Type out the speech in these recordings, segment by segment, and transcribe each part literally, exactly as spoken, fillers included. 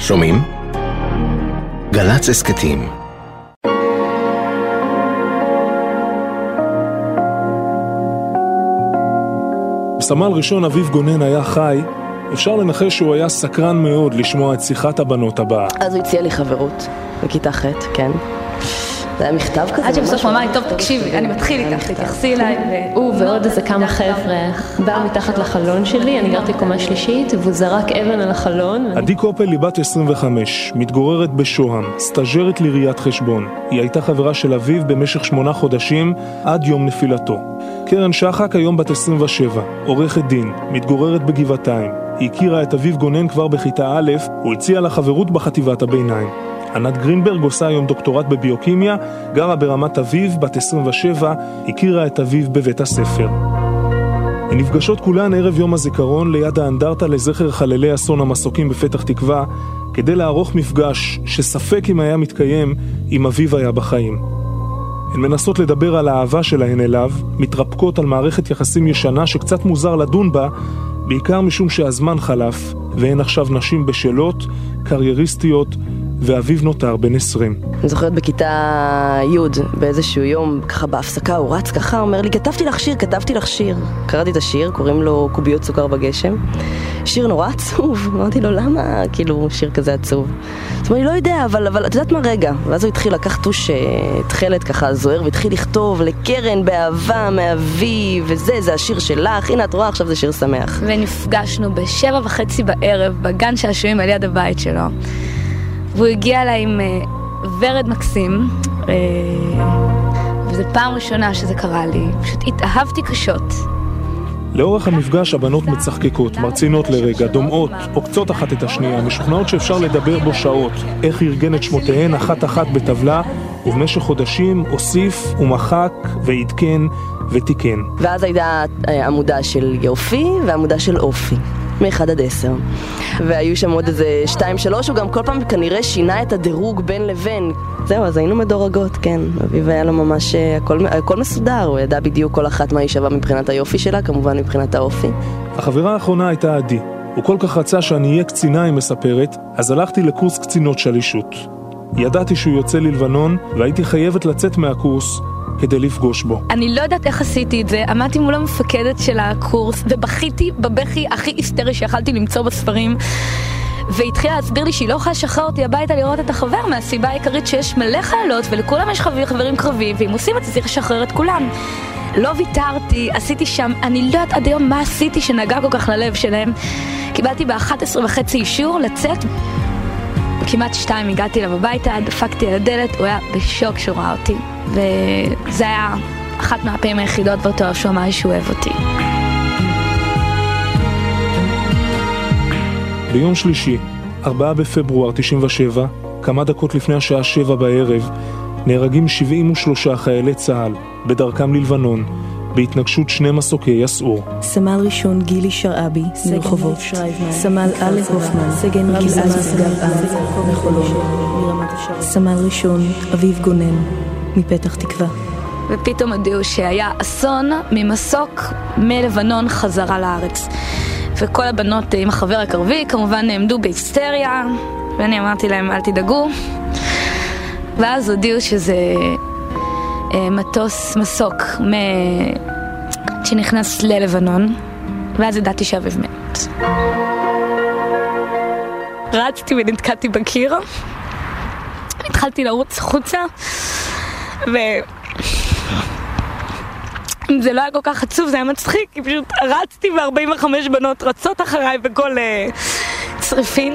שומעים? גל"צ הסכתים. סמל ראשון אביב גונן היה חי, אפשר לנחש שהוא היה סקרן מאוד לשמוע את שיחת הבנות הבאה. אז הוא הציע לי חברות בכיתה ח', כן. זה היה מכתב כזה. עד שבסוף הוא אמר לי, טוב, תקשיבי, אני מתחיל איתך, תתייחסי אליי. הוא ועוד איזה כמה חבר'ה באו מתחת לחלון שלי, אני גרתי קומה שלישית, והוא זרק אבן על החלון. עדי קופל היא בת עשרים וחמש, מתגוררת בשוהם, סטאז'רית לראיית חשבון. היא הייתה חברה של אביב במשך שמונה חודשים עד יום נפילתו. קרן שחק היום בת עשרים ושבע, עורכת דין, מתגוררת בגבעתיים. היא הכירה את אביב גונן כבר בכיתה א', הוא הציע לה חברות בחטיבת הביניים. ענת גרינברג עושה היום דוקטורט בביוקימיה, גרה ברמת אביב, בת עשרים ושבע, הכירה את אביב בבית הספר. הן נפגשות כולן ערב יום הזיכרון ליד האנדרטה לזכר חללי אסון המסוקים בפתח תקווה, כדי לערוך מפגש שספק אם היה מתקיים אם אביב היה בחיים. הן מנסות לדבר על האהבה שלהן אליו, מתרפקות על מערכת יחסים ישנה שקצת מוזר לדון בה, בעיקר משום שהזמן חלף, והן עכשיו נשים בשלות, קרייריסטיות, ואביב נותר בן עשרים. אני זוכרת בכיתה י' באיזשהו יום, ככה בהפסקה, הוא רץ ככה, אומר לי, כתבתי לך שיר, כתבתי לך שיר. קראתי את השיר, קוראים לו קוביות סוכר בגשם. שיר נורא עצוב. אמרתי לו, למה? כאילו, שיר כזה עצוב. זאת אומרת, אני לא יודע, אבל, אבל את יודעת מה רגע? ואז הוא התחיל לקח טוש תחלת ככה זוהר, והתחיל לכתוב לקרן באהבה, מאבי, וזה, זה השיר שלך. הנה, את רואה, עכשיו זה שיר שמח. ונפגשנו בשבע וחצי בערב, בגן שעשועים על יד הבית שלו. והוא הגיע אליי עם ורד מקסים, וזו פעם ראשונה שזה קרה לי. פשוט התאהבתי קשות. לאורך המפגש הבנות מצחקקות, מרצינות לרגע, דומעות, עוקצות אחת את השנייה, משוכנעות שאפשר לדבר בו שעות, איך ארגן את שמותיהן אחת אחת בטבלה, ובמשך חודשים הוסיף ומחק ועדכן ותיקן. ואז הייתה עמודה של יופי ועמודה של אופי. מאחד עד עשר. והיו שם עוד איזה שתיים שלוש, הוא גם כל פעם כנראה שינה את הדירוג בין לבין. זהו, אז היינו מדורגות, כן. אביב היה לו ממש, הכל, הכל מסודר, הוא ידע בדיוק כל אחת מה היא שווה מבחינת היופי שלה, כמובן מבחינת האופי. החברה האחרונה הייתה עדי. הוא כל כך רצה שאני אהיה קצינה, היא מספרת, אז הלכתי לקורס קצינות שלישות. ידעתי שהוא יוצא ללבנון, והייתי חייבת לצאת מהקורס, כדי לפגוש בו. אני לא יודעת איך עשיתי את זה, עמדתי מול המפקדת של הקורס, ובכיתי בבכי הכי היסטרי שיכלתי למצוא בספרים, והתחילה להסביר לי שהיא לא יכולה לשחרר אותי הביתה לראות את החבר, מהסיבה העיקרית שיש מלא חיילות, ולכולם יש חבר, חברים קרבים, ואם עושים את זה צריך לשחרר את כולם. לא ויתרתי, עשיתי שם, אני לא יודעת עד היום מה עשיתי שנגע כל כך ללב שלהם. קיבלתי ב-אחת עשרה וחצי אישור לצאת, כמעט שתיים הגעתי אליו הביתה, דפקתי על הדלת, הוא היה בשוק שהוא ראה אותי. וזה היה אחת מהפעמים היחידות באותו שהוא אמר שהוא אוהב אותי. ביום שלישי, ארבעה בפברואר תשעים ושבע, כמה דקות לפני השעה שבע בערב, נהרגים שבעים ושלושה חיילי צה"ל בדרכם ללבנון, בהתנגשות שני מסוקי יסעור. סמל ראשון גילי שרעבי, מרחובות. סמל א' הופמן, סגן גלעד מסגר מחולון. סמל ראשון אביב גונן, מפתח תקווה. ופתאום הודיעו שהיה אסון ממסוק מלבנון חזרה לארץ. וכל הבנות עם החבר הקרבי כמובן נעמדו בהיסטריה, ואני אמרתי להם אל תדאגו. ואז הודיעו שזה מטוס מסוק שנכנס ללבנון, ואז ידעתי שאביב מת. רצתי ונתקעתי בקיר, התחלתי לרוץ חוצה, ו... זה לא היה כל כך עצוב, זה היה מצחיק, כי פשוט רצתי ו-ארבעים וחמש בנות רצות אחריי בכל uh, צריפין.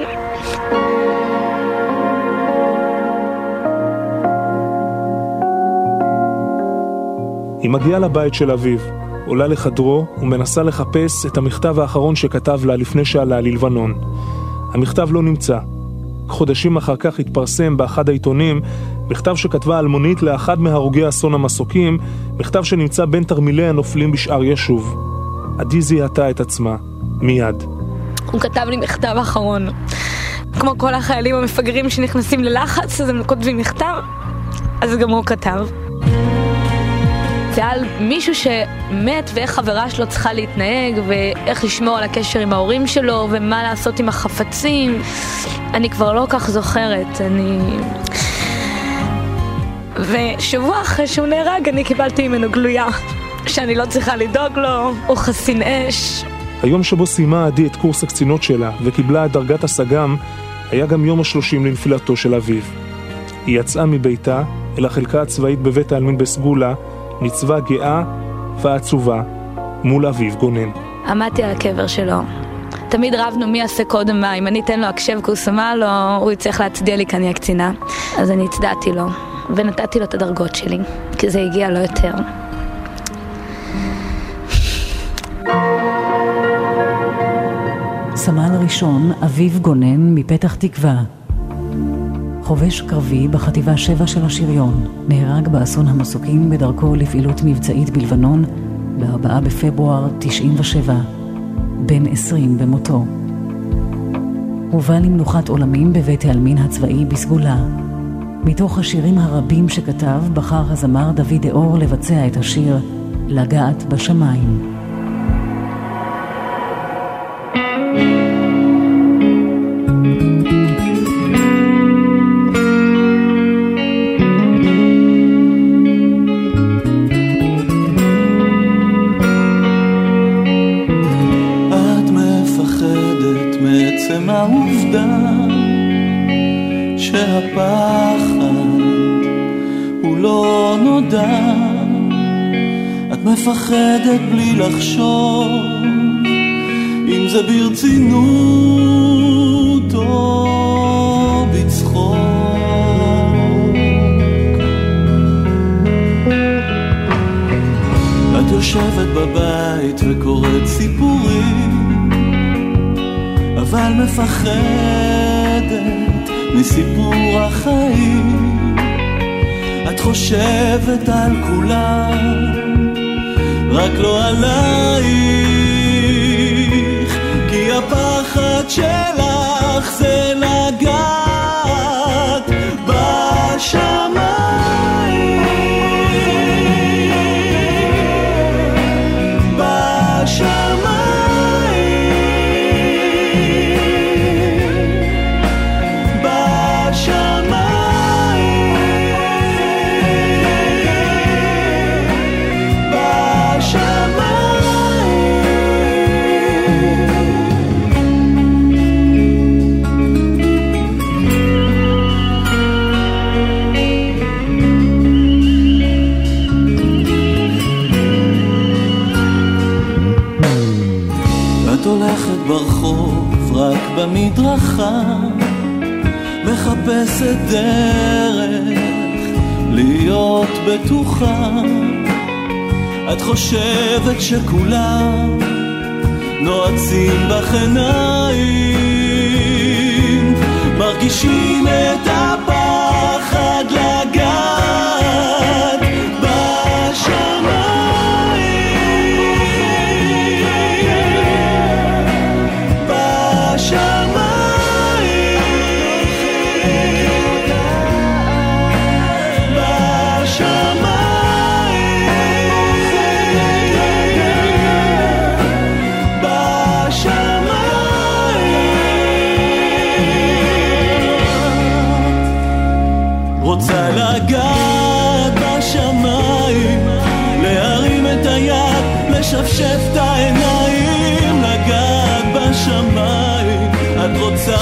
היא מגיעה לבית של אביו, עולה לחדרו ומנסה לחפש את המכתב האחרון שכתב לה לפני שעלה ללבנון. המכתב לא נמצא. חודשים אחר כך התפרסם באחד העיתונים מכתב שכתבה אלמונית לאחד מהרוגי אסון המסוקים, מכתב שנמצא בין תרמילי הנופלים בשאר ישוב. עדי זיהתה את עצמה מיד. הוא כתב לי מכתב אחרון. כמו כל החיילים המפגרים שנכנסים ללחץ, אז הם כותבים מכתב, אז גם הוא כתב. זה על מישהו שמת ואיך חברה שלו צריכה להתנהג ואיך לשמור על הקשר עם ההורים שלו ומה לעשות עם החפצים. אני כבר לא כך זוכרת. אני... ושבוע אחרי שהוא נהרג אני קיבלתי ממנו גלויה שאני לא צריכה לדאוג לו, הוא חסין אש. היום שבו סיימה עדי את קורס הקצינות שלה וקיבלה את דרגת הסג"ם היה גם יום השלושים לנפילתו של אביו. היא יצאה מביתה אל החלקה הצבאית בבית העלמין בסגולה, ניצבה גאה ועצובה מול אביו גונן. עמדתי על הקבר שלו. תמיד רבנו מי יעשה קודם מה, אם אני אתן לו הקשב כי הוא שמה לו, הוא יצטרך להצדיע לי כי אני הקצינה. אז אני הצדעתי לו ונתתי לו את הדרגות שלי, כי זה הגיע לו יותר. סמל ראשון אביב גונן מפתח תקווה, חובש קרבי בחטיבה שבע של השריון, נהרג באסון המסוקים בדרכו לפעילות מבצעית בלבנון ב-ארבעה בפברואר תשעים ושבע, בן עשרים במותו. הובא למנוחת עולמים בבית העלמין הצבאי בסגולה. מתוך השירים הרבים שכתב בחר הזמר דוד אור לבצע את השיר לגעת בשמיים. מפחדת בלי לחשוב אם זה ברצינות או בצחוק. את יושבת בבית וקוראת סיפורים, אבל מפחדת מסיפור החיים. את חושבת על כולם רק לא עלייך, כי הפחד שלך זה לגעת בשמיים. ברחוב רק במדרכה, מחפשת דרך להיות בטוחה. את חושבת שכולם נועצים בך עיניים, מרגישים את הפחד לגעת בשמיים. רוצה לגעת בשמיים, להרים את היד, לשפשף את העיניים, לגעת בשמיים. את רוצה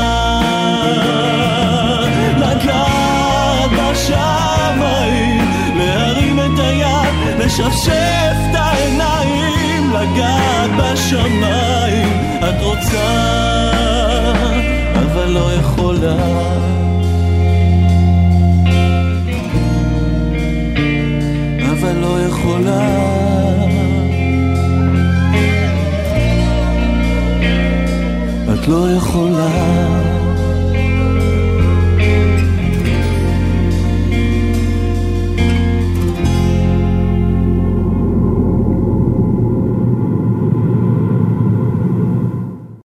לגעת בשמיים, להרים את היד, לשפשף את העיניים, לגעת בשמיים. את רוצה אבל לא יכולה, אבל לא יכולה. את לא יכולה.